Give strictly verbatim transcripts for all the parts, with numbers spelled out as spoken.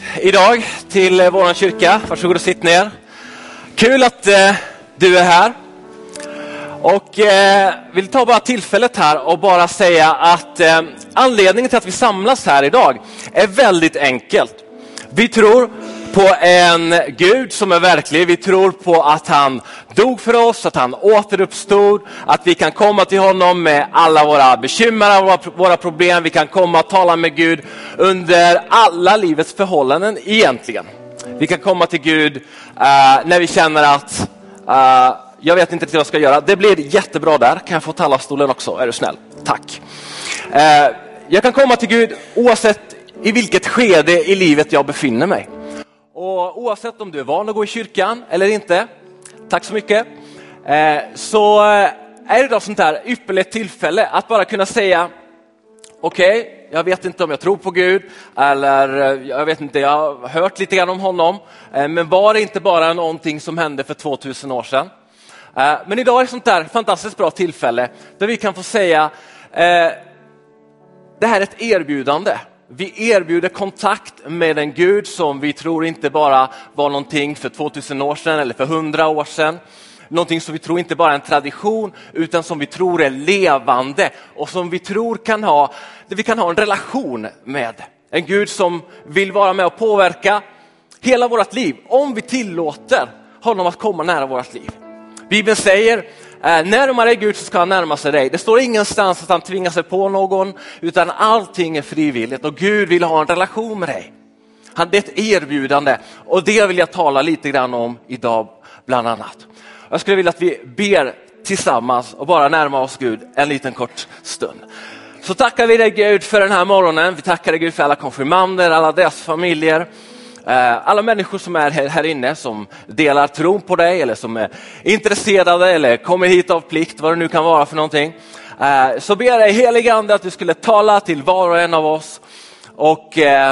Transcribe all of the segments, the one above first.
idag till eh, våran kyrka. Varsågod och sitt ner. Kul att eh, du är här. Och eh, vill ta bara tillfället här och bara säga att eh, anledningen till att vi samlas här idag är väldigt enkelt. Vi tror på en Gud som är verklig. Vi tror på att han dog för oss, att han återuppstod, att vi kan komma till honom med alla våra bekymmer, våra, våra problem. Vi kan komma och tala med Gud under alla livets förhållanden egentligen. Vi kan komma till Gud uh, när vi känner att uh, jag vet inte riktigt vad jag ska göra. Det blir jättebra där. Kan jag få talarstolen också? Är du snäll? Tack. Uh, jag kan komma till Gud oavsett i vilket skede i livet jag befinner mig. Och oavsett om du är van att gå i kyrkan eller inte, tack så mycket, eh, så är det då sånt här ypperligt tillfälle att bara kunna säga okej, okay, jag vet inte om jag tror på Gud eller jag vet inte, jag har hört lite grann om honom, eh, men var det inte bara någonting som hände för tvåtusen år sedan? Eh, men idag är det sånt där fantastiskt bra tillfälle där vi kan få säga eh, det här är ett erbjudande. Vi erbjuder kontakt med en Gud som vi tror inte bara var någonting för tvåtusen år sedan eller för hundra år sedan. Någonting som vi tror inte bara är en tradition utan som vi tror är levande och som vi tror kan ha, det vi kan ha en relation med. En Gud som vill vara med och påverka hela vårt liv om vi tillåter honom att komma nära vårt liv. Bibeln säger Eh, närmare dig Gud så ska han närma sig dig. Det står ingenstans att han tvingar sig på någon, utan allting är frivilligt och Gud vill ha en relation med dig. Han, det är ett erbjudande och det vill jag tala lite grann om idag bland annat. Jag skulle vilja att vi ber tillsammans och bara närma oss Gud en liten kort stund. Så tackar vi dig Gud för den här morgonen. Vi tackar dig Gud för alla konfirmander, alla deras familjer. Alla människor som är här inne som delar tron på dig eller som är intresserade eller kommer hit av plikt, vad det nu kan vara för någonting. Så ber jag dig helige Ande att du skulle tala till var och en av oss och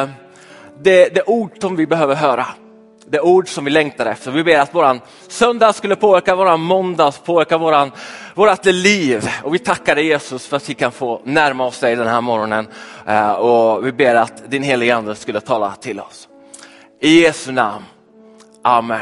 det, det ord som vi behöver höra. Det ord som vi längtar efter. Vi ber att våran söndag skulle påverka våran måndag, påverka våran, vårat liv. Och vi tackar dig Jesus för att vi kan få närma oss dig den här morgonen. Och vi ber att din helige Ande skulle tala till oss. I Jesu namn. Amen.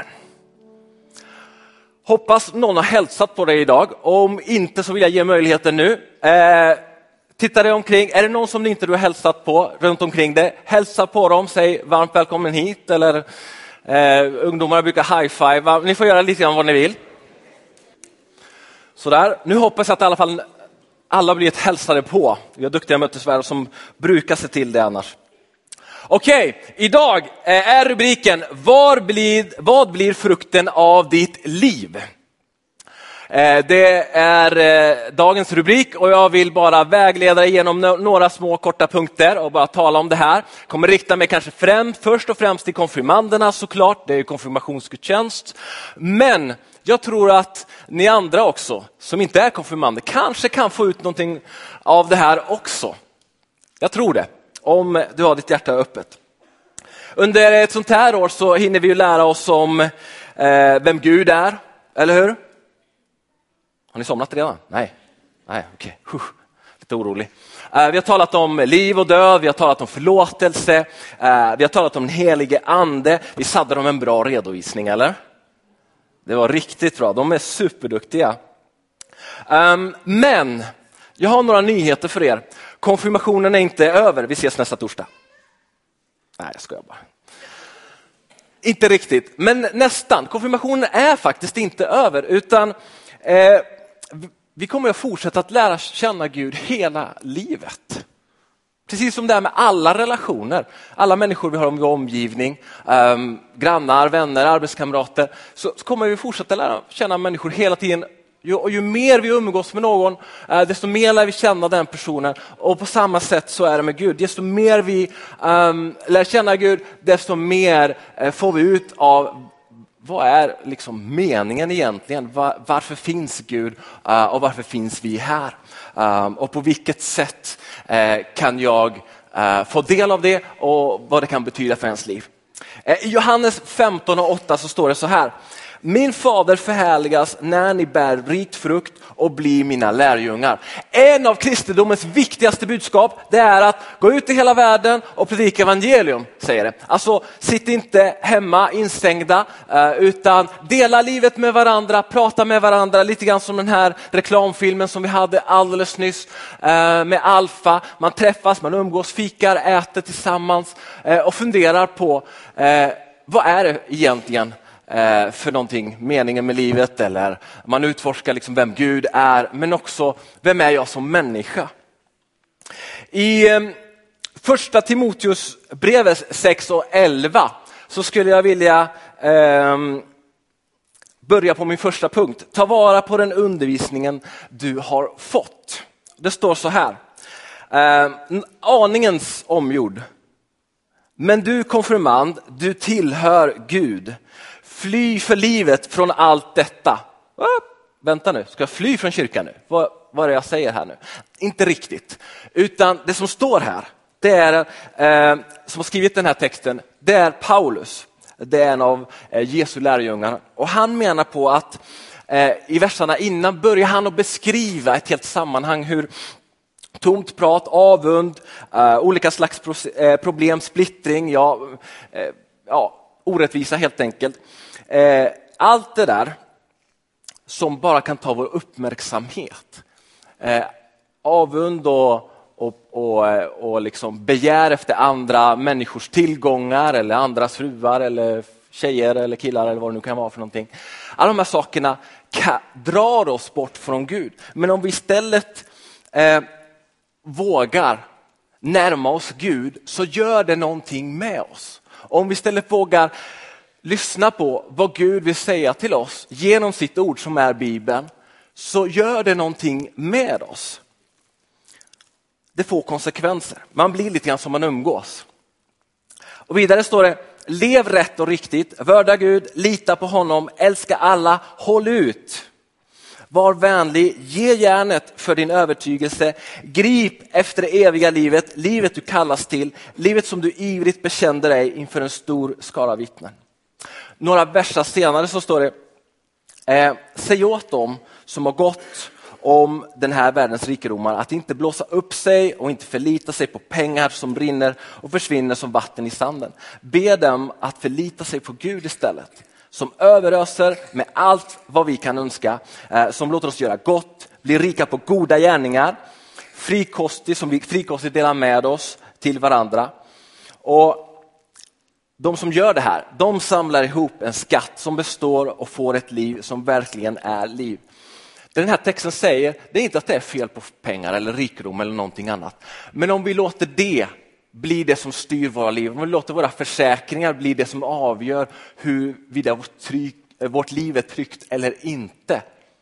Hoppas någon har hälsat på dig idag. Om inte så vill jag ge möjligheten nu. Eh, titta dig omkring. Är det någon som inte du har hälsat på runt omkring det? Hälsa på dem. Säg varmt välkommen hit. Eller eh, ungdomar brukar high-five. Ni får göra lite grann vad ni vill. Sådär. Nu hoppas jag att i alla fall alla blir ett hälsade på. Vi har duktiga mötesvärdar som brukar se till det annars. Okej, idag är rubriken Var blir, vad blir frukten av ditt liv? Det är dagens rubrik och jag vill bara vägleda dig genom några små korta punkter och bara tala om det här. Jag kommer rikta mig kanske främst, först och främst till konfirmanderna såklart, det är ju konfirmationsgudstjänst. Men jag tror att ni andra också som inte är konfirmander kanske kan få ut någonting av det här också. Jag tror det. Om du har ditt hjärta öppet. Under ett sånt här år så hinner vi ju lära oss om eh, vem Gud är, eller hur? Har ni somnat redan? Nej, nej, okej. Okay. Lite orolig. Eh, vi har talat om liv och död, vi har talat om förlåtelse, eh, vi har talat om den helige ande. Vi hade dem en bra redovisning, eller? Det var riktigt bra, de är superduktiga. Um, men jag har några nyheter för er. Konfirmationen är inte över. Vi ses nästa torsdag. Nej, jag skojar bara. Inte riktigt, men nästan. Konfirmationen är faktiskt inte över. Utan eh, vi kommer att fortsätta att lära känna Gud hela livet. Precis som det är med alla relationer. Alla människor vi har om vår omgivning. Eh, grannar, vänner, arbetskamrater. Så, så kommer vi fortsätta lära känna människor hela tiden. Och ju mer vi umgås med någon, desto mer lär vi känna den personen. Och på samma sätt så är det med Gud. Desto mer vi um, lär känna Gud, desto mer uh, får vi ut av vad är liksom meningen egentligen. Var, varför finns Gud uh, och varför finns vi här? Um, och på vilket sätt uh, kan jag uh, få del av det och vad det kan betyda för ens liv. Uh, I Johannes femton och åtta så står det så här. Min fader förhärligas när ni bär rikt frukt och blir mina lärjungar. En av kristendomens viktigaste budskap, det är att gå ut i hela världen och predika evangelium, säger det. Alltså sitt inte hemma instängda, utan dela livet med varandra, prata med varandra, lite grann som den här reklamfilmen som vi hade alldeles nyss med Alfa. Man träffas, man umgås, fikar, äter tillsammans och funderar på vad är det egentligen för någonting, meningen med livet, eller man utforskar liksom vem Gud är, men också vem är jag som människa. I eh, första Timoteus brevet sex och elva så skulle jag vilja eh, börja på min första punkt. Ta vara på den undervisningen du har fått. Det står så här: eh, aningens omgjord. Men du konfirmand, du tillhör Gud. Fly för livet från allt detta. Ah, vänta nu, ska jag fly från kyrkan nu? Vad, vad är det jag säger här nu? Inte riktigt. Utan det som står här, det är eh, som har skrivit den här texten, det är Paulus. Det är en av eh, Jesu lärjungar. Och han menar på att eh, i verserna innan börjar han att beskriva ett helt sammanhang hur tomt prat, avund, uh, olika slags pro- eh, problem, splittring, ja, eh, ja, orättvisa helt enkelt. Eh, allt det där som bara kan ta vår uppmärksamhet. Eh, avund och, och, och, och liksom begär efter andra människors tillgångar eller andras fruar eller tjejer eller killar eller vad det nu kan vara för någonting. Alla de här sakerna kan, drar oss bort från Gud. Men om vi istället eh, vågar närma oss Gud, så gör det någonting med oss. Om vi istället vågar lyssna på vad Gud vill säga till oss genom sitt ord som är Bibeln, så gör det någonting med oss. Det får konsekvenser. Man blir lite grann som man umgås. Och vidare står det: lev rätt och riktigt, vörda Gud, lita på honom, älska alla, håll ut. Var vänlig, ge järnet för din övertygelse, grip efter det eviga livet, livet du kallas till, livet som du ivrigt bekände dig inför en stor skara vittnen. Några verser senare så står det: eh, säg åt dem som har gått om den här världens rikedomar att inte blåsa upp sig och inte förlita sig på pengar som rinner och försvinner som vatten i sanden. Be dem att förlita sig på Gud istället, som överöser med allt vad vi kan önska, eh, som låter oss göra gott, bli rika på goda gärningar, frikostig, som vi frikostigt delar med oss till varandra. Och de som gör det här, de samlar ihop en skatt som består och får ett liv som verkligen är liv. Den här texten säger, det är inte att det är fel på pengar eller rikedom eller någonting annat. Men om vi låter det bli det som styr våra liv, om vi låter våra försäkringar bli det som avgör huruvida vårt, tryck, vårt liv är tryggt eller inte,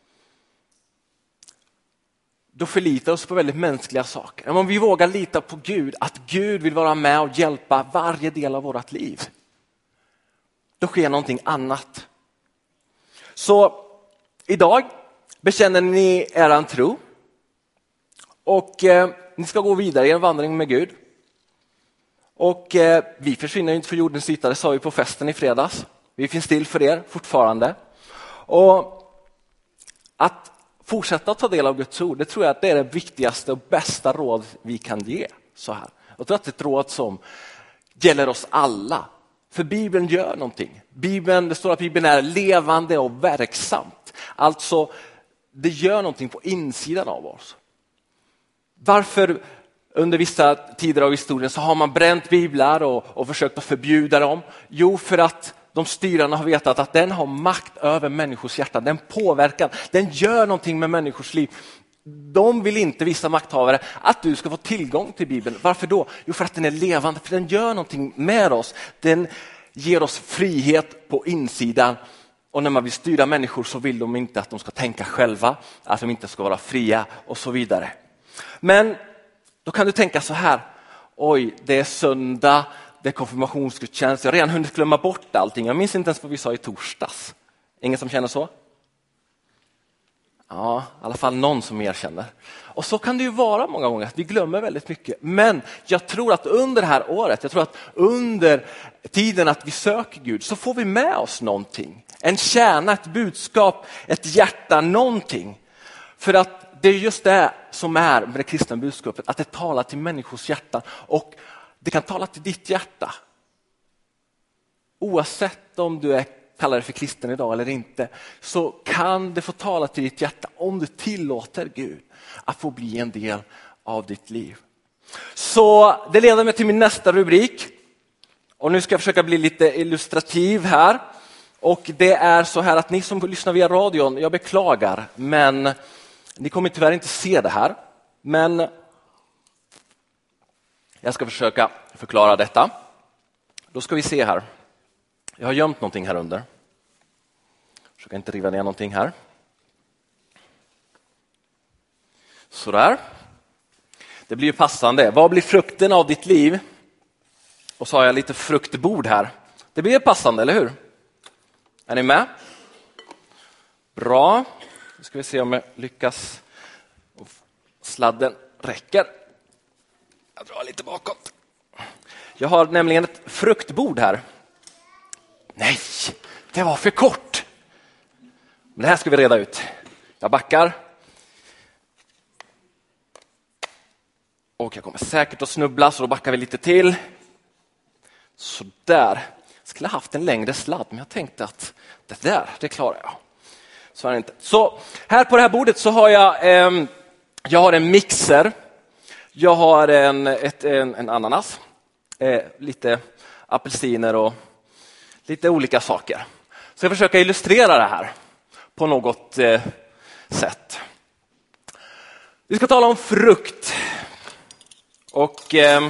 då förlitar oss på väldigt mänskliga saker. Men om vi vågar lita på Gud, att Gud vill vara med och hjälpa varje del av vårt liv, då sker någonting annat. Så idag bekänner ni eran tro och eh, ni ska gå vidare i en vandring med Gud. Och eh, vi försvinner inte för jordens yta, det sa vi på festen i fredags. Vi finns till för er fortfarande. Och att fortsätta ta del av Guds ord, det tror jag att det är det viktigaste och bästa råd vi kan ge. Så här. Jag tror att det är ett råd som gäller oss alla. För Bibeln gör någonting. Bibeln, det står att Bibeln är levande och verksamt. Alltså, det gör någonting på insidan av oss. Varför under vissa tider av historien så har man bränt biblar och, och försökt att förbjuda dem? Jo, för att de styrande har vetat att den har makt över människors hjärtan. Den påverkar, den gör någonting med människors liv. De vill inte, vissa makthavare, att du ska få tillgång till Bibeln. Varför då? Jo, för att den är levande, för den gör någonting med oss. Den ger oss frihet på insidan. Och när man vill styra människor så vill de inte att de ska tänka själva, att de inte ska vara fria och så vidare. Men då kan du tänka så här: oj, det är söndag, det är konfirmationsgudstjänst, jag har redan hunnit glömma bort allting. Jag minns inte ens vad vi sa i torsdags. Ingen som känner så? Ja, i alla fall någon som erkänner. Och så kan det ju vara många gånger att vi glömmer väldigt mycket. Men jag tror att under det här året, jag tror att under tiden att vi söker Gud så får vi med oss någonting. En kärna, ett budskap, ett hjärta, någonting. För att det är just det som är med det kristna budskapet, att det talar till människors hjärta och det kan tala till ditt hjärta. Oavsett om du är kallar det för kristen idag eller inte, så kan det få tala till ditt hjärta om du tillåter Gud att få bli en del av ditt liv. Så det leder mig till min nästa rubrik. Och nu ska jag försöka bli lite illustrativ här. Och det är så här att ni som lyssnar via radion, jag beklagar, men ni kommer tyvärr inte se det här. Men jag ska försöka förklara detta. Då ska vi se här. Jag har gömt någonting här under. Försöker inte riva ner någonting här. Sådär. Det blir ju passande. Vad blir frukten av ditt liv? Och så har jag lite fruktbord här. Det blir passande, eller hur? Är ni med? Bra. Nu ska vi se om jag lyckas. Sladden räcker. Jag drar lite bakåt. Jag har nämligen ett fruktbord här. Nej, det var för kort. Men det här ska vi reda ut. Jag backar. Och jag kommer säkert att snubbla, så då backar vi lite till. Så där. Jag skulle ha haft en längre sladd, men jag tänkte att det där, det klarar jag. Så är det inte. Så här på det här bordet så har jag, eh, jag har en mixer. Jag har en, ett, en, en ananas. Eh, lite apelsiner och lite olika saker. Så jag försöker illustrera det här på något eh, sätt. Vi ska tala om frukt. Och eh,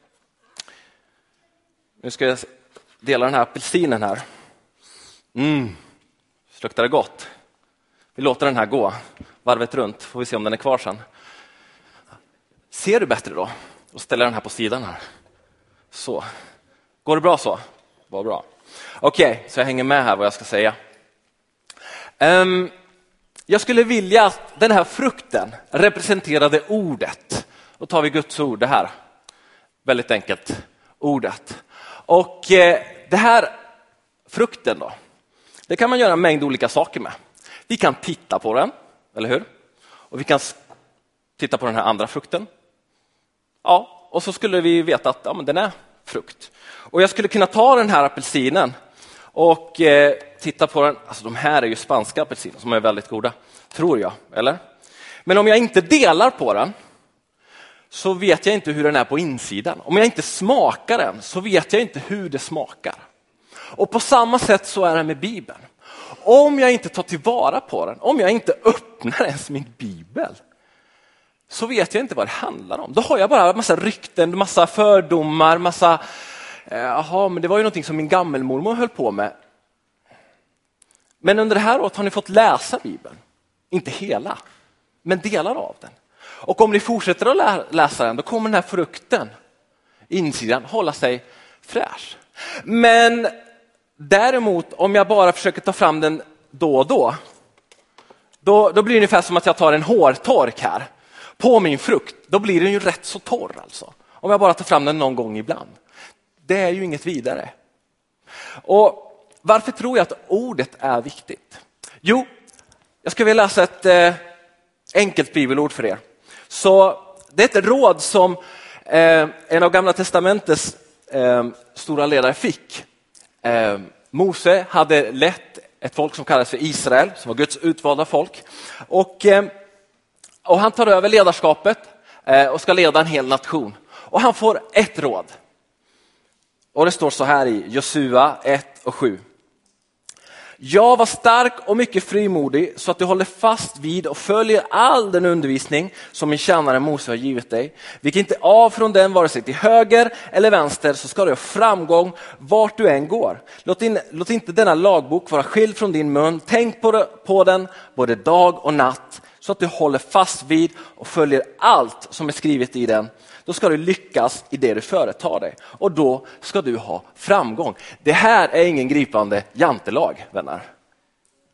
nu ska jag dela den här apelsinen här. Mm, luktar det gott. Vi låter den här gå varvet runt. Får vi se om den är kvar sen. Ser du bättre då? Och ställer den här på sidan här. Så. Går det bra så? Vad bra. Okej, okay, så jag hänger med här vad jag ska säga. Um, jag skulle vilja att den här frukten representerade ordet. Då tar vi Guds ord, det här. Väldigt enkelt. Ordet. Och eh, det här frukten då. Det kan man göra en mängd olika saker med. Vi kan titta på den, eller hur? Och vi kan titta på den här andra frukten. Ja, och så skulle vi veta att ja, men den är frukt. Och jag skulle kunna ta den här apelsinen och eh, titta på den. Alltså de här är ju spanska apelsiner som är väldigt goda, tror jag, eller? Men om jag inte delar på den så vet jag inte hur den är på insidan. Om jag inte smakar den så vet jag inte hur det smakar. Och på samma sätt så är det med Bibeln. Om jag inte tar tillvara på den, om jag inte öppnar ens min Bibel, så vet jag inte vad det handlar om. Då har jag bara massa rykten, massa fördomar, massa... Jaha, men det var ju någonting som min gammelmormor höll på med. Men under det här året har ni fått läsa Bibeln. Inte hela, men delar av den. Och om ni fortsätter att lä- läsa den, då kommer den här frukten, insidan, hålla sig fräsch. Men däremot, om jag bara försöker ta fram den då och då, då, då blir det ungefär som att jag tar en hårtork här på min frukt. Då blir den ju rätt så torr alltså. Om jag bara tar fram den någon gång ibland. Det är ju inget vidare. Och varför tror jag att ordet är viktigt? Jo, jag ska vilja läsa ett eh, enkelt bibelord för er. Så det är ett råd som eh, en av Gamla testamentets eh, stora ledare fick. Eh, Mose hade lett ett folk som kallades för Israel, som var Guds utvalda folk. Och, eh, och han tar över ledarskapet eh, och ska leda en hel nation. Och han får ett råd. Och det står så här i Josua ett och sju. Jag var stark och mycket frimodig så att du håller fast vid och följer all den undervisning som min tjänare Mose har givit dig. Vik inte av från den vare sig till höger eller vänster, så ska du ha framgång vart du än går. Låt, in, låt inte denna lagbok vara skild från din mun. Tänk på, det, på den både dag och natt så att du håller fast vid och följer allt som är skrivet i den. Då ska du lyckas i det du företar dig. Och då ska du ha framgång. Det här är ingen gripande jantelag, vänner.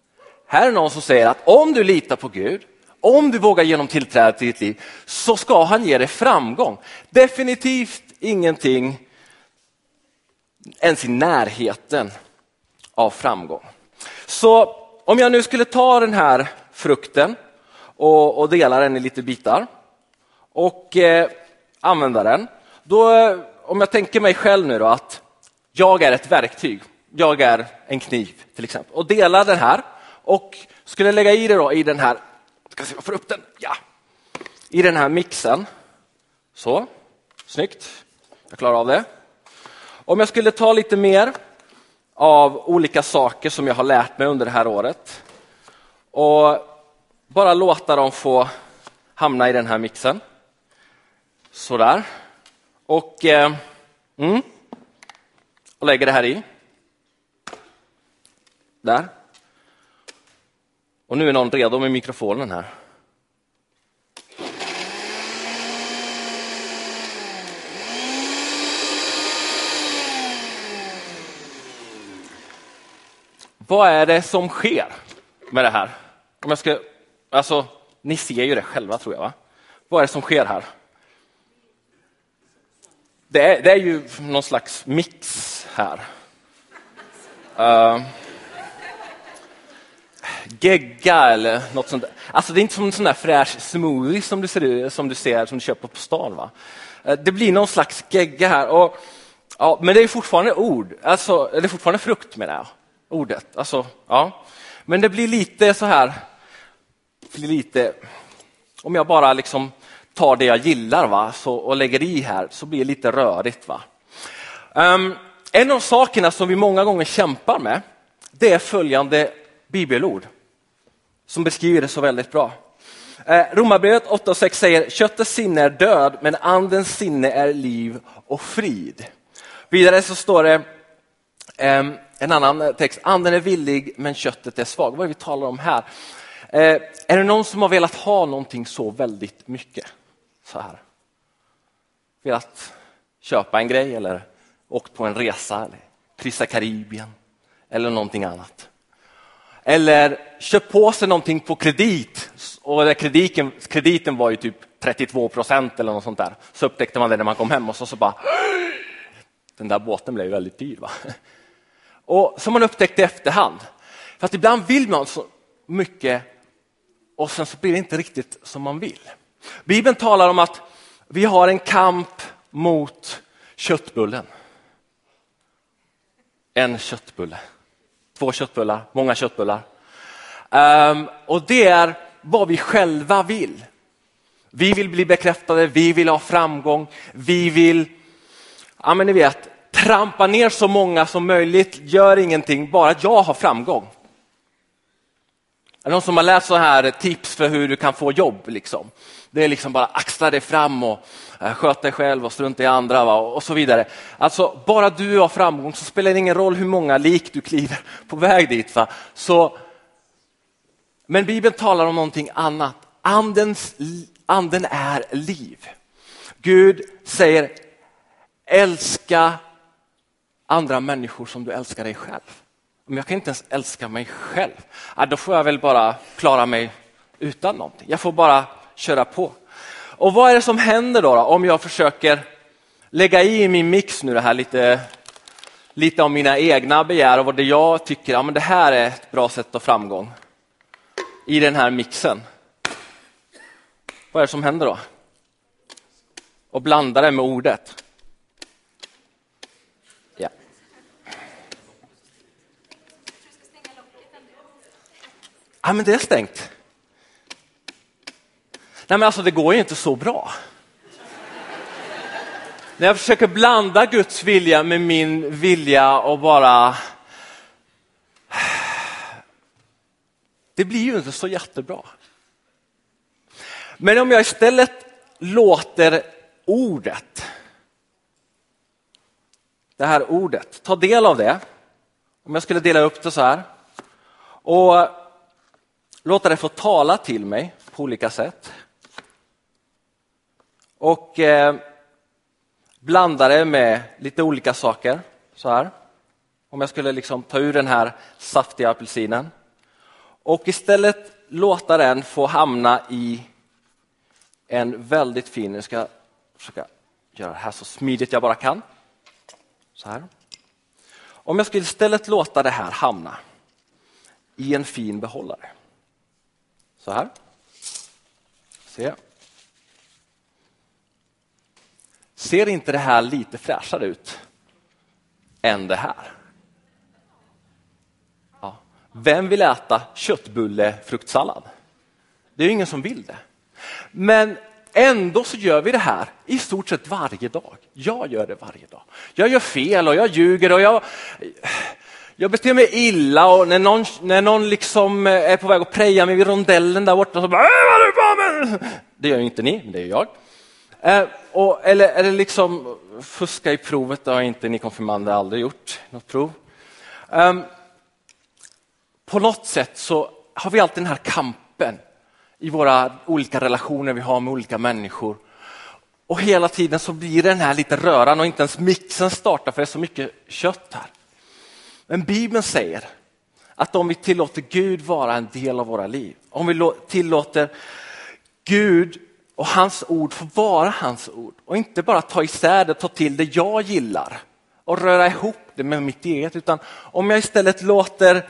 här är någon som säger att om du litar på Gud, om du vågar genom tillträde till ditt liv, så ska han ge dig framgång. Definitivt ingenting ens i närheten av framgång. Så om jag nu skulle ta den här frukten och, och dela den i lite bitar och eh, använda den. Då, om jag tänker mig själv nu då att jag är ett verktyg. Jag är en kniv till exempel. Och delar den här och skulle lägga i det då i den här, ska se om jag får upp den, ja. I den här mixen. Så, snyggt. Jag klarar av det. Om jag skulle ta lite mer av olika saker som jag har lärt mig under det här året och bara låta dem få hamna i den här mixen. Så där. Och, eh, mm, och lägger det här i. Där. Och nu är någon redo med mikrofonen här. Vad är det som sker med det här? Om jag ska, alltså, ni ser ju det själva tror jag, va? Vad är det som sker här? Det är, det är ju någon slags mix här. Uh, gegga eller något sånt där. Alltså det är inte som en sån där fräsch smoothie som du ser, som du ser som du köper på stan, va? Uh, det blir någon slags gegga här. Och, ja, men det är fortfarande ord. Alltså, det är fortfarande frukt med det här ordet. Alltså, ja. Men det blir lite så här. Blir lite, om jag bara liksom tar det jag gillar, va, så, och lägger i här, så blir det lite rörigt, va. Um, en av sakerna som vi många gånger kämpar med, det är följande bibelord som beskriver det så väldigt bra. Uh, Romarbrevet åtta och sex säger: köttets sinne är död, men andens sinne är liv och frid. Vidare så står det um, en annan text: anden är villig, men köttet är svag. Vad är det vi talar om här? Uh, är det någon som har velat ha någonting så väldigt mycket? Så här. Velat köpa en grej eller åkt på en resa eller kryssa Karibien eller någonting annat. Eller köpt på sig någonting på kredit, och där krediten, krediten var ju typ trettiotvå procent eller något sånt där. Så upptäckte man det när man kom hem och så, så bara den där båten blev väldigt dyr, va? Och så man upptäckte i efterhand. För att ibland vill man så mycket och sen så blir det inte riktigt som man vill. Bibeln talar om att vi har en kamp mot köttbullen. En köttbulle. Två köttbullar, många köttbullar. Um, och det är vad vi själva vill. Vi vill bli bekräftade, vi vill ha framgång, vi vill, ja men ni vet, trampa ner så många som möjligt, gör ingenting, bara att jag har framgång. Är det någon som har läst så här tips för hur du kan få jobb liksom? Det är liksom bara axla dig fram och äh, sköta dig själv och strunta i andra, va? Och så vidare. Alltså bara du har framgång så spelar det ingen roll hur många lik du kliver på väg dit, va? Så, men Bibeln talar om någonting annat. Andens, anden är liv. Gud säger: älska andra människor som du älskar dig själv. Om jag kan inte ens älska mig själv, ja, då får jag väl bara klara mig utan någonting. Jag får bara köra på. Och vad är det som händer då, då om jag försöker lägga i min mix nu det här lite, lite om mina egna begär och vad det jag tycker, ja men det här är ett bra sätt att framgång i den här mixen. Vad är det som händer då? Och blanda det med ordet. Ja. Ja, men det är stängt. Nej, men alltså det går ju inte så bra. När jag försöker blanda Guds vilja med min vilja och bara... Det blir ju inte så jättebra. Men om jag istället låter ordet, det här ordet, ta del av det. Om jag skulle dela upp det så här och låta det få tala till mig på olika sätt. Och eh, blanda det med lite olika saker så här. Om jag skulle liksom ta ur den här saftiga apelsinen Och istället låta den få hamna i en väldigt fin, nu ska jag försöka göra det här så smidigt jag bara kan. Så här. Om jag skulle istället låta det här hamna i en fin behållare. Så här. Se. Ser inte det här lite fräschare ut än det här? Ja. Vem vill äta köttbulle fruktsallad? Det är ju ingen som vill det. Men ändå så gör vi det här i stort sett varje dag. Jag gör det varje dag. Jag gör fel och jag ljuger och jag, jag beter mig illa. Och när någon, när någon liksom är på väg att preja mig vid rondellen där borta så bara, vad är du på med? Det gör ju inte ni, men det är jag. Eh, och, eller, eller liksom fuska i provet, det har inte ni konfirmander aldrig gjort. Något prov. Um, på något sätt så har vi alltid den här kampen i våra olika relationer vi har med olika människor. Och hela tiden så blir det den här lite röran och inte ens mixen startar för det är så mycket kött här. Men Bibeln säger att om vi tillåter Gud vara en del av våra liv, om vi tillåter Gud och hans ord få vara hans ord och inte bara ta isär det, ta till det jag gillar och röra ihop det med mitt eget, utan om jag istället låter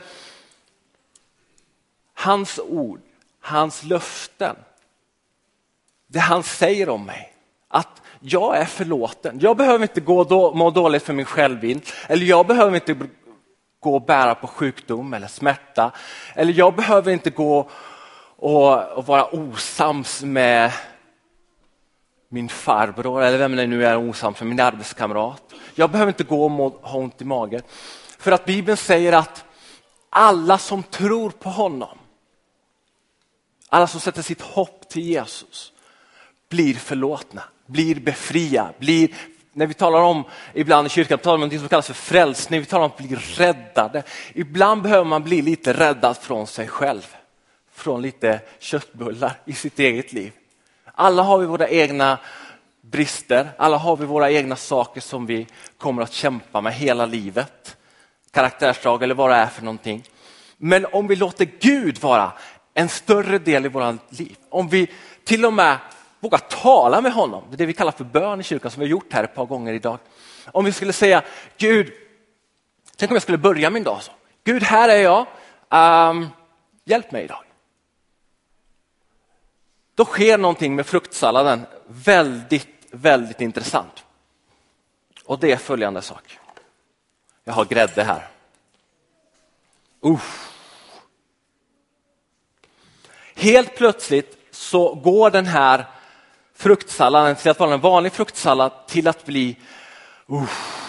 hans ord, hans löften, det han säger om mig, att jag är förlåten. Jag behöver inte gå då, må dåligt för min självbild, eller jag behöver inte gå och bära på sjukdom eller smärta, eller jag behöver inte gå och, och vara osams med min farbror eller vem det nu är osams med, min arbetskamrat. Jag behöver inte gå och må, ha ont i magen. För att Bibeln säger att alla som tror på honom, alla som sätter sitt hopp till Jesus blir förlåtna, blir befria, blir, när vi talar om ibland i kyrkan talar man om något som kallas för frälsning, vi talar om att bli räddade. Ibland behöver man bli lite räddad från sig själv, från lite köttbullar i sitt eget liv. Alla har vi våra egna brister, alla har vi våra egna saker som vi kommer att kämpa med hela livet. Karaktärsdrag eller vad det är för någonting. Men om vi låter Gud vara en större del i våra liv, om vi till och med vågar tala med honom, det är det vi kallar för bön i kyrkan som vi har gjort här ett par gånger idag. Om vi skulle säga, Gud, tänk om jag skulle börja min dag så. Gud, här är jag, um, hjälp mig idag. Då sker någonting med fruktsalladen väldigt, väldigt intressant. Och det är följande sak. Jag har grädde här. Uff. Helt plötsligt så går den här fruktsalladen till att vara en vanlig fruktsallad till att bli uff,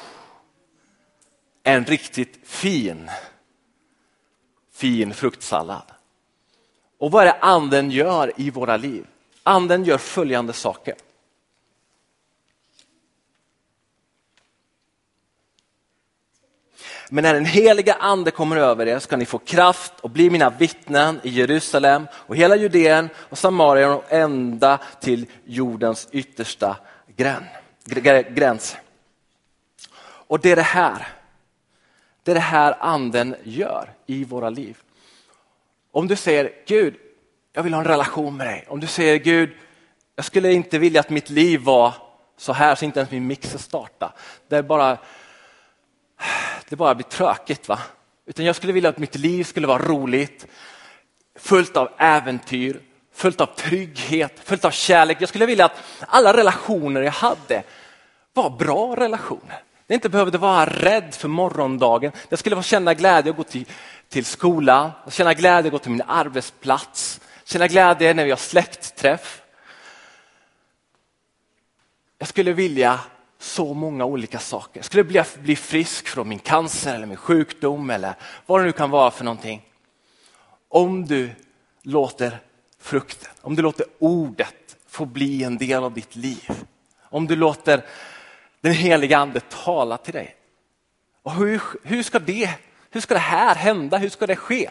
en riktigt fin, fin fruktsallad. Och vad är det anden gör i våra liv? Anden gör följande saker. Men när den heliga ande kommer över er ska ni få kraft och bli mina vittnen i Jerusalem och hela Judeen och Samarien och ända till jordens yttersta gräns. Och det är det här. Det är det här anden gör i våra liv. Om du säger, Gud, jag vill ha en relation med dig. Om du säger, Gud, jag skulle inte vilja att mitt liv var så här så inte ens min mixer starta. Det är bara, det bara blir tråkigt, va? Utan jag skulle vilja att mitt liv skulle vara roligt, fullt av äventyr, fullt av trygghet, fullt av kärlek. Jag skulle vilja att alla relationer jag hade var bra relationer. Det inte behövde vara rädd för morgondagen. Jag skulle få känna glädje att gå till, till skolan, känna glädje att gå till min arbetsplats, känna glädje när vi har släktträff. Jag skulle vilja så många olika saker. Jag skulle bli, bli frisk från min cancer eller min sjukdom eller vad det nu kan vara för någonting. Om du låter frukten, om du låter ordet få bli en del av ditt liv. Om du låter den heliga ande tala till dig. Och hur, hur, ska det, hur ska det här hända? Hur ska det ske?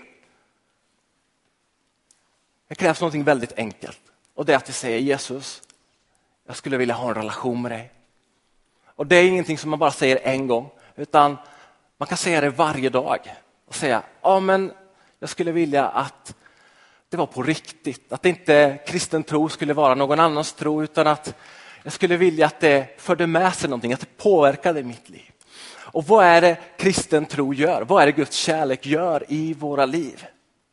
Det krävs någonting väldigt enkelt. Och det är att vi säger, Jesus, jag skulle vilja ha en relation med dig. Och det är ingenting som man bara säger en gång. Utan man kan säga det varje dag. Och säga, ja men Jag skulle vilja att det var på riktigt. Att inte kristen tro skulle vara någon annans tro, utan att jag skulle vilja att det förde med sig någonting, att det påverkade mitt liv. Och vad är det kristen tro gör? Vad är det Guds kärlek gör i våra liv?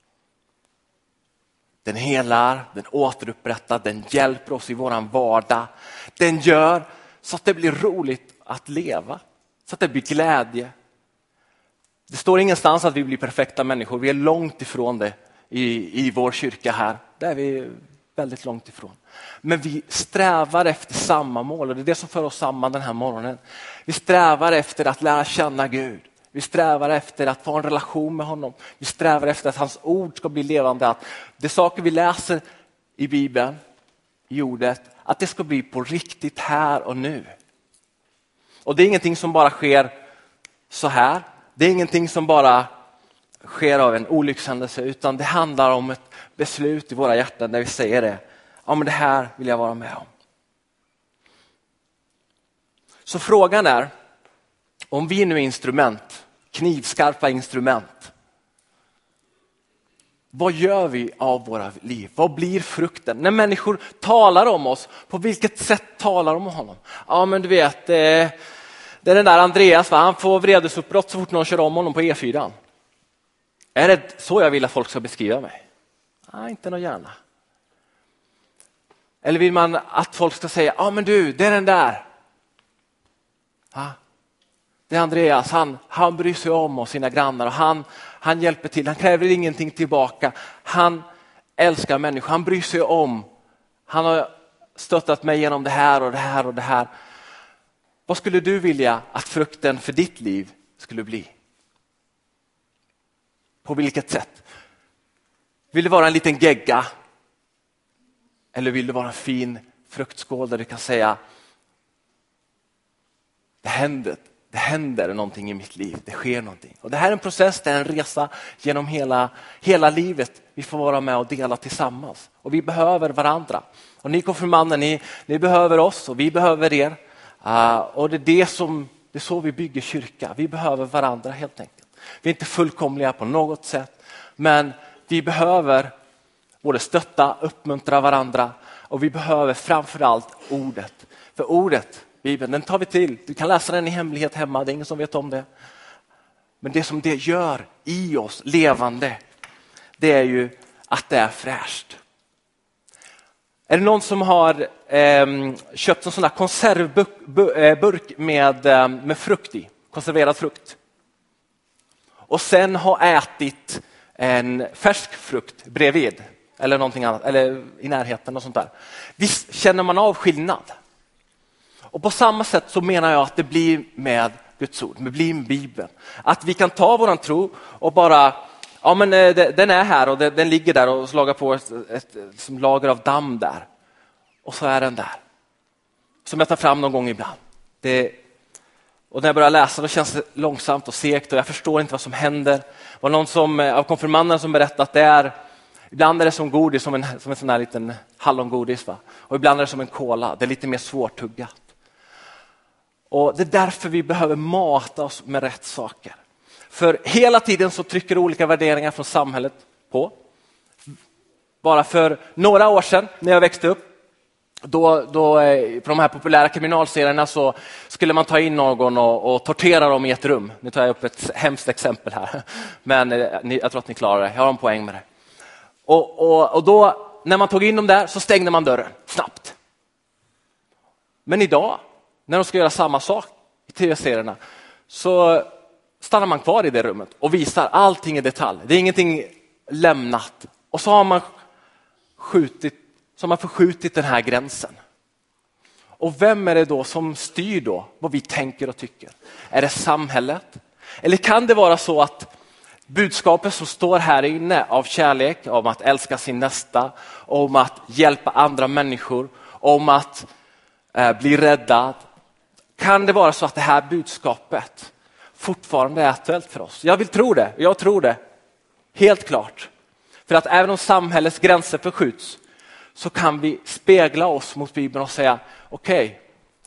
Den helar, den återupprättar, den hjälper oss i våran vardag. Den gör så att det blir roligt att leva, så att det blir glädje. Det står ingenstans att vi blir perfekta människor. Vi är långt ifrån det i, i vår kyrka här. Där är vi väldigt långt ifrån. Men vi strävar efter samma mål, och det är det som för oss samman den här morgonen. Vi strävar efter att lära känna Gud. Vi strävar efter att få en relation med honom. Vi strävar efter att hans ord ska bli levande. Att det saker vi läser i Bibeln, i ordet, att det ska bli på riktigt här och nu. Och det är ingenting som bara sker så här. Det är ingenting som bara sker av en olyckshändelse, utan det handlar om ett beslut i våra hjärtan där vi säger det. Ja, men det här vill jag vara med om. Så frågan är, om vi nu är instrument, knivskarpa instrument, vad gör vi av våra liv? Vad blir frukten? När människor talar om oss, på vilket sätt talar de om honom? Ja, men du vet, det är den där Andreas, va? Han får vredesutbrott så fort någon kör om honom på E fyra. Är det så jag vill att folk ska beskriva mig? Nej, inte något gärna. Eller vill man att folk ska säga, ja men du, det är den där. Ja. Det är Andreas, han, han bryr sig om oss, sina grannar, och han, han hjälper till, han kräver ingenting tillbaka. Han älskar människor, han bryr sig om. Han har stöttat mig genom det här och det här och det här. Vad skulle du vilja att frukten för ditt liv skulle bli? På vilket sätt? Vill det vara en liten gegga? Eller vill det vara en fin fruktskål där du kan säga, det händer, det händer någonting i mitt liv, det sker någonting. Och det här är en process, det är en resa genom hela, hela livet. Vi får vara med och dela tillsammans. Och vi behöver varandra. Och ni konfirmander, ni, ni behöver oss och vi behöver er. Uh, och det är det som, det är så vi bygger kyrka. Vi behöver varandra helt enkelt. Vi är inte fullkomliga på något sätt, men vi behöver både stötta, uppmuntra varandra, och vi behöver framförallt ordet. För ordet, Bibeln, den tar vi till. Du kan läsa den i hemlighet hemma, det är ingen som vet om det. Men det som det gör i oss levande, det är ju att det är fräscht. Är det någon som har eh, köpt en sån där konservburk med, eh, med frukt i, konserverad frukt? Och sen har ätit en färsk frukt bredvid eller någonting annat, eller i närheten och sånt där. Visst känner man av skillnad. Och på samma sätt så menar jag att det blir med Guds ord, det blir med Bibeln. Att vi kan ta våran tro och bara, ja men den är här och den ligger där och slagar på ett, ett, ett som lager av damm där. Och så är den där. Som jag tar fram någon gång ibland. Det, och när jag börjar läsa då känns det långsamt och segt och jag förstår inte vad som händer. Det var någon som, av konfirmanderna som berättade att det är, ibland är det som godis, som en, som en sån här liten hallongodis, va? Och ibland är det som en cola, det är lite mer svårtuggat. Och det är därför vi behöver mata oss med rätt saker. För hela tiden så trycker olika värderingar från samhället på. Bara för några år sedan när jag växte upp, Då, då, på de här populära kriminalserierna så skulle man ta in någon och, och tortera dem i ett rum. Nu tar jag upp ett hemskt exempel här. Men ni, jag tror att ni klarar det. Jag har en poäng med det. Och, och, och då, när man tog in dem där så stängde man dörren snabbt. Men idag, när de ska göra samma sak i tv-serierna, så stannar man kvar i det rummet och visar allting i detalj. Det är ingenting lämnat. Och så har man skjutit som har förskjutit den här gränsen. Och vem är det då som styr då vad vi tänker och tycker? Är det samhället? Eller kan det vara så att budskapet som står här inne av kärlek, om att älska sin nästa, om att hjälpa andra människor, om att eh, bli räddad. Kan det vara så att det här budskapet fortfarande är aktuellt för oss? Jag vill tro det, jag tror det. Helt klart. För att även om samhällets gränser förskjuts så kan vi spegla oss mot Bibeln och säga, okej, okay,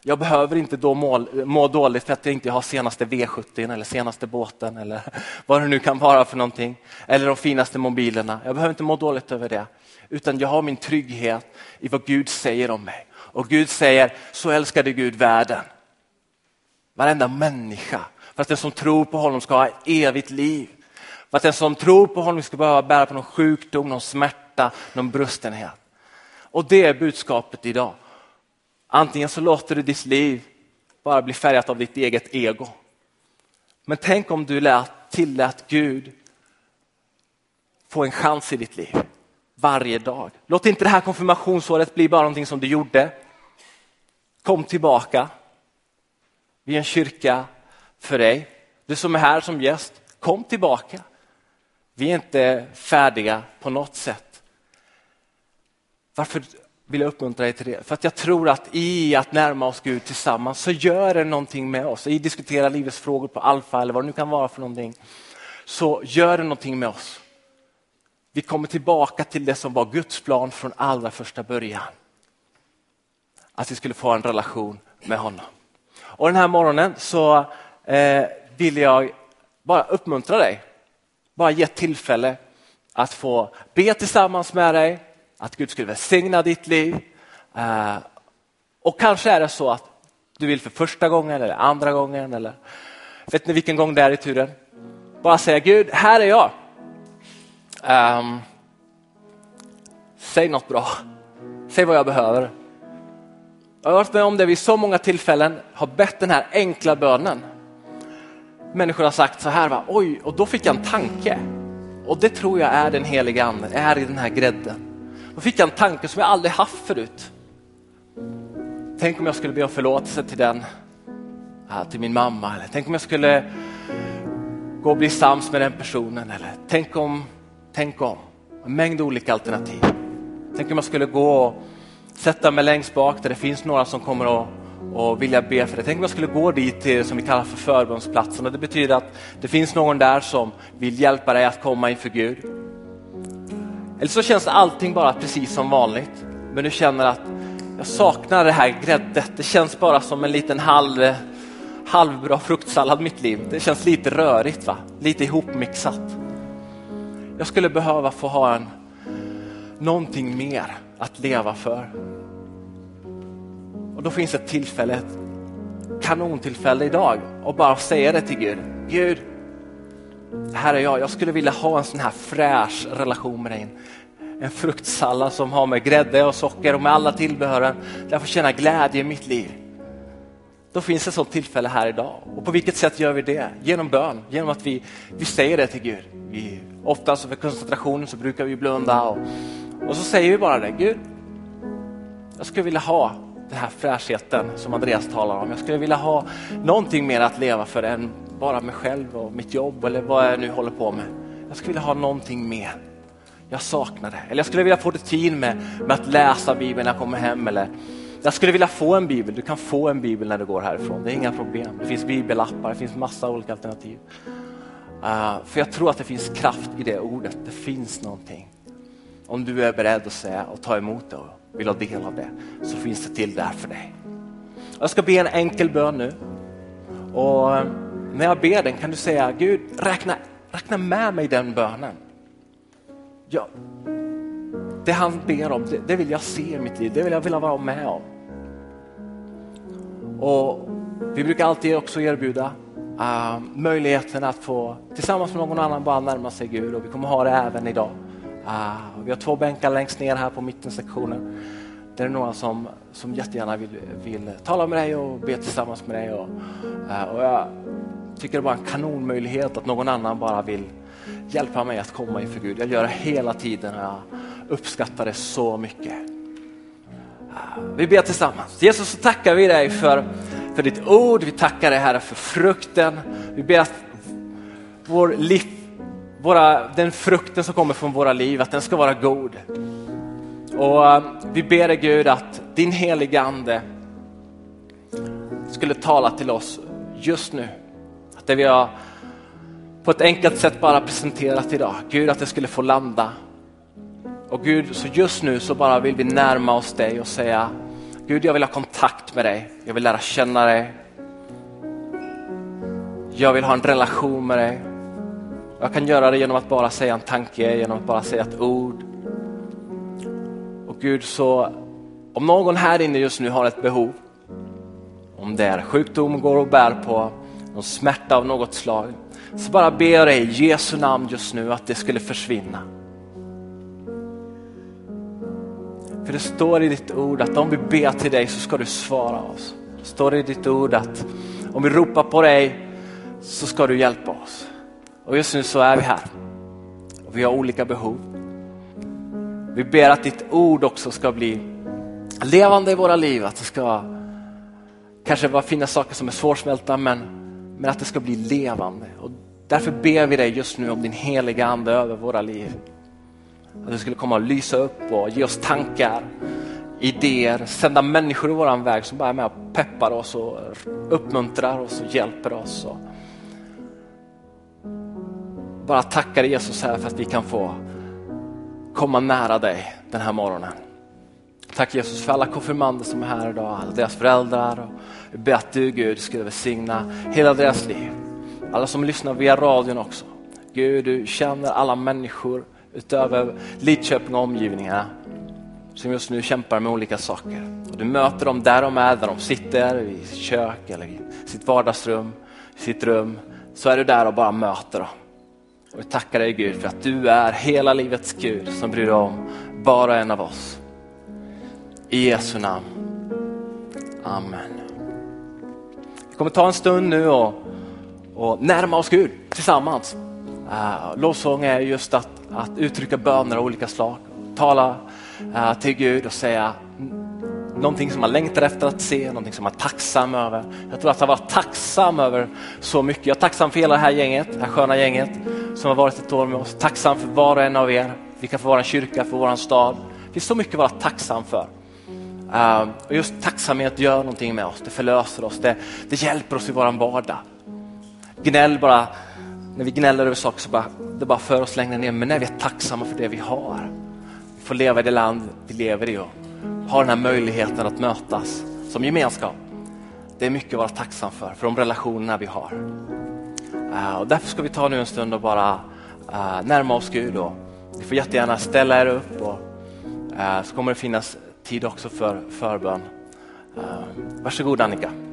Jag behöver inte då må, må dåligt för att jag inte har senaste V sjuttio eller senaste båten eller vad det nu kan vara för någonting. Eller de finaste mobilerna. Jag behöver inte må dåligt över det. Utan jag har min trygghet i vad Gud säger om mig. Och Gud säger, så älskade Gud världen. Varenda människa. För att den som tror på honom ska ha ett evigt liv. För att den som tror på honom ska behöva bära på någon sjukdom, någon smärta, någon brustenhet. Och det är budskapet idag. Antingen så låter du ditt liv bara bli färgat av ditt eget ego. Men tänk om du lät, tillät Gud få en chans i ditt liv. Varje dag. Låt inte det här konfirmationsåret bli bara någonting som du gjorde. Kom tillbaka. Vi är en kyrka för dig. Du som är här som gäst, kom tillbaka. Vi är inte färdiga på något sätt. Varför vill jag uppmuntra dig till det? För att jag tror att i att närma oss Gud tillsammans så gör det någonting med oss. I diskutera livets frågor på Alfa eller vad det nu kan vara för någonting. Så gör det någonting med oss. Vi kommer tillbaka till det som var Guds plan från allra första början. Att vi skulle få en relation med honom. Och den här morgonen så eh, vill jag bara uppmuntra dig. Bara ge tillfälle att få be tillsammans med dig. Att Gud skulle välsigna ditt liv. Eh, och kanske är det så att du vill för första gången eller andra gången. Eller vet ni vilken gång det är i turen? Bara säga, Gud, här är jag. Um, säg något bra. Säg vad jag behöver. Jag har varit med om det vid så många tillfällen. Har bett den här enkla bönen. Människor har sagt så här, va? Oj, och då fick jag en tanke. Och det tror jag är den heliga ande. Är i den här grädden. Då fick jag en tanke som jag aldrig haft förut. Tänk om jag skulle be om förlåtelse till den. Till min mamma. Eller tänk om jag skulle gå och bli sams med den personen. Eller tänk om, tänk om. En mängd olika alternativ. Tänk om jag skulle gå och sätta mig längst bak där det finns några som kommer att och vilja be för det. Tänk om jag skulle gå dit till som vi kallar för förbundsplatsen. Och det betyder att det finns någon där som vill hjälpa dig att komma inför Gud. Eller så känns allting bara precis som vanligt. Men du känner att jag saknar det här gräddet. Det känns bara som en liten halv, halvbra fruktsallad mitt liv. Det känns lite rörigt, va? Lite ihopmixat. Jag skulle behöva få ha en någonting mer att leva för. Och då finns ett tillfälle, ett kanontillfälle idag. Och bara säga det till Gud. Gud, här är jag. Jag skulle vilja ha en sån här fräsch relation med dig. En fruktsallad som har med grädde och socker och med alla tillbehören. Där jag får känna glädje i mitt liv. Då finns ett sånt tillfälle här idag. Och på vilket sätt gör vi det? Genom bön. Genom att vi, vi säger det till Gud. Vi, oftast för koncentrationen så brukar vi blunda. Och, och så säger vi bara det. Gud, jag skulle vilja ha den här fräschheten som Andreas talar om. Jag skulle vilja ha någonting mer att leva för än bara mig själv och mitt jobb eller vad jag nu håller på med. Jag skulle vilja ha någonting mer. Jag saknar det. Eller jag skulle vilja få rutin med, med att läsa Bibeln när jag kommer hem. Eller jag skulle vilja få en bibel. Du kan få en bibel när du går härifrån. Det är inga problem. Det finns bibelappar. Det finns massa olika alternativ. Uh, för jag tror att det finns kraft i det ordet. Det finns någonting. Om du är beredd att säga och ta emot det och vill ha del av det, så finns det till där för dig. Jag ska be en enkel bön nu. Och när jag ber den kan du säga, Gud, räkna, räkna med mig den bönen. Ja, det han ber om, det, det vill jag se i mitt liv. Det vill jag vilja vara med om. Och vi brukar alltid också erbjuda uh, möjligheten att få tillsammans med någon annan bara närma sig Gud. Och vi kommer ha det även idag. Uh, vi har två bänkar längst ner här på mittensektionen. Det är några som, som jättegärna vill, vill tala med dig och be tillsammans med dig. Och, uh, och jag tycker det är bara en kanonmöjlighet att någon annan bara vill hjälpa mig att komma inför Gud. Jag gör det hela tiden och jag uppskattar det så mycket. Uh, vi ber tillsammans. Jesus, så tackar vi dig för, för ditt ord. Vi tackar dig, Herre, för frukten. Vi ber att vår liv Våra, den frukten som kommer från våra liv, att den ska vara god. Och uh, vi ber dig, Gud, att din heliga ande skulle tala till oss just nu. Att det vi har på ett enkelt sätt bara presenterat idag, Gud, att det skulle få landa. Och Gud, så just nu så bara vill vi närma oss dig och säga, Gud, jag vill ha kontakt med dig. Jag vill lära känna dig. Jag vill ha en relation med dig. Jag kan göra det genom att bara säga en tanke, genom att bara säga ett ord. Och Gud, så om någon här inne just nu har ett behov, om det är sjukdom går och bär på, någon smärta av något slag, så bara ber jag dig i Jesu namn just nu att det skulle försvinna. För det står i ditt ord att om vi ber till dig så ska du svara oss. Det står i ditt ord att om vi ropar på dig så ska du hjälpa oss. Och just nu så är vi här. Och vi har olika behov. Vi ber att ditt ord också ska bli levande i våra liv. Att det ska kanske bara finnas saker som är svårsmälta, men, men att det ska bli levande. Och därför ber vi dig just nu om din heliga ande över våra liv. Att du skulle komma och lysa upp och ge oss tankar, idéer, sända människor i våran väg som bara är med och peppar oss och uppmuntrar oss och hjälper oss. Och bara tackar Jesus här för att vi kan få komma nära dig den här morgonen. Tack Jesus för alla konfirmander som är här idag, alla deras föräldrar. Och jag ber att du, Gud, skulle välsigna hela deras liv. Alla som lyssnar via radion också. Gud, du känner alla människor utöver Lidköping och omgivningarna som just nu kämpar med olika saker. Och du möter dem där de är, där de sitter i sitt kök eller i sitt vardagsrum, i sitt rum. Så är du där och bara möter dem. Och vi tackar dig, Gud, för att du är hela livets Gud som bryr dig om bara en av oss. I Jesu namn. Amen. Vi kommer ta en stund nu och, och närma oss Gud tillsammans. Uh, lovsång är just att, att uttrycka böner av olika slag. Tala uh, till Gud och säga någonting som man längtar efter att se, någonting som man är tacksam över. Jag tror att jag var tacksam över så mycket. Jag är tacksam för hela det här gänget, det här sköna gänget som har varit ett år med oss. Tacksam för var och en av er. Vi kan få vara en kyrka för våran stad. Det finns så mycket att vara tacksam för. Uh, och just tacksamhet gör någonting med oss. Det förlöser oss. Det, det hjälper oss i våran vardag. Gnäll bara, när vi gnäller över saker så bara, det bara för oss längre ner. Men när vi är tacksamma för det vi har. Vi får leva i det land vi lever i och ha den här möjligheten att mötas som gemenskap. Det är mycket att vara tacksam för, för de relationerna vi har. Uh, och därför ska vi ta nu en stund och bara uh, närma oss Gud. Och ni får jättegärna ställa er upp och uh, så kommer det finnas tid också för förbön. Uh, varsågod Annika.